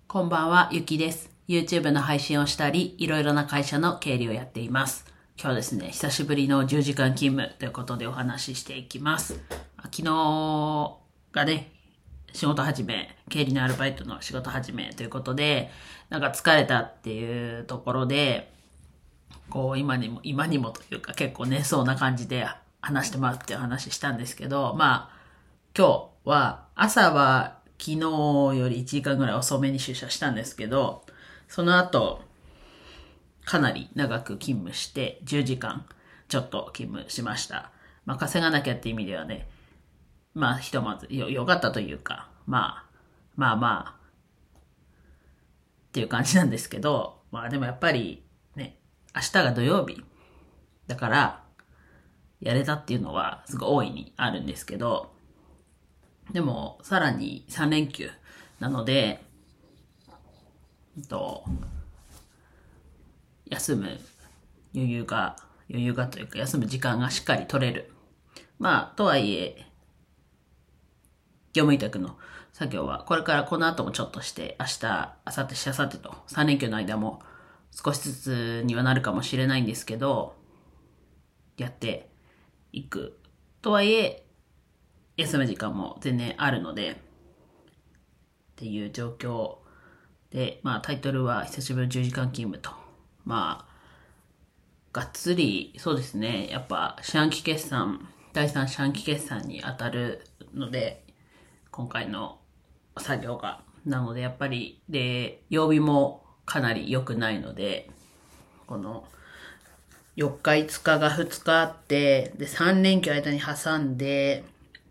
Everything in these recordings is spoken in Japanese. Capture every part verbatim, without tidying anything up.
こんばんは、ゆきです。YouTube の配信をしたり、いろいろな会社の経理をやっています。今日はですね、久しぶりのじゅうじかん勤務ということでお話ししていきます。昨日がね、仕事始め、経理のアルバイトの仕事始めということで、なんか疲れたっていうところで、こう今にも、今にもというか結構寝そうな感じで話してますっていう話したんですけど、まあ、今日は朝は昨日よりいちじかんぐらい遅めに出社したんですけど、その後、かなり長く勤務して、じゅうじかんちょっと勤務しました。まあ、稼がなきゃって意味ではね、まあ、ひとまずよ、良かったというか、まあ、まあまあ、っていう感じなんですけど、まあでもやっぱりね、明日が土曜日だから、やれたっていうのはすごい大いにあるんですけど、でも、さらにさん連休なので、えっと、休む余裕が、余裕がというか、休む時間がしっかり取れる。まあ、とはいえ、業務委託の作業は、これからこの後もちょっとして、明日、明後日、しあさってと、さん連休の間も少しずつにはなるかもしれないんですけど、やっていく。とはいえ、休む時間も全然あるので、っていう状況で、まあタイトルは久しぶりのじゅうじかん勤務と。まあ、がっつり、そうですね、やっぱ四半期決算、第三四半期決算に当たるので、今回の作業が。なのでやっぱり、で、曜日もかなり良くないので、このよっかいつかがふつかあって、で、さん連休間に挟んで、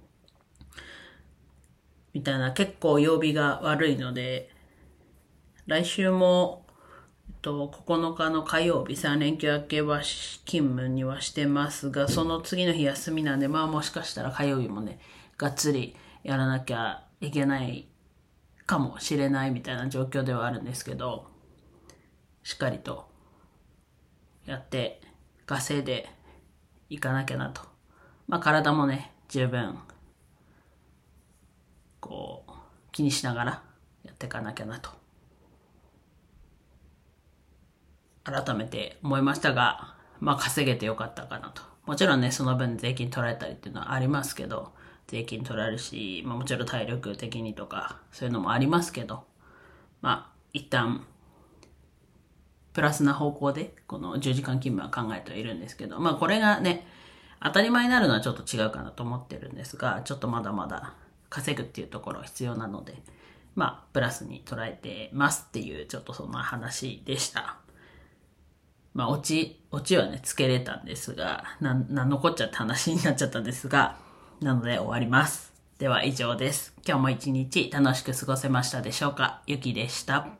みたいな結構曜日が悪いので、来週も、えっと、ここのかの火曜日さん連休明けは勤務にはしてますが、その次の日休みなんで、まあもしかしたら火曜日もね、がっつりやらなきゃいけないかもしれないみたいな状況ではあるんですけど、しっかりとやって稼いでいかなきゃなと。まあ体もね、十分、こう、気にしながらやっていかなきゃなと。改めて思いましたが、まあ稼げてよかったかなと。もちろんね、その分税金取られたりっていうのはありますけど、税金取られるし、まあもちろん体力的にとか、そういうのもありますけど、まあ一旦、プラスな方向で、このじゅうじかん勤務は考えてはいるんですけど、まあこれがね、当たり前になるのはちょっと違うかなと思ってるんですが、ちょっとまだまだ稼ぐっていうところは必要なので、まあプラスに捉えてますっていう、ちょっとそんな話でした。まあ、オチ、オチはね、つけれたんですが、な、なんのこっちゃって話になっちゃったんですが、なので終わります。では以上です。今日も一日楽しく過ごせましたでしょうか？ゆきでした。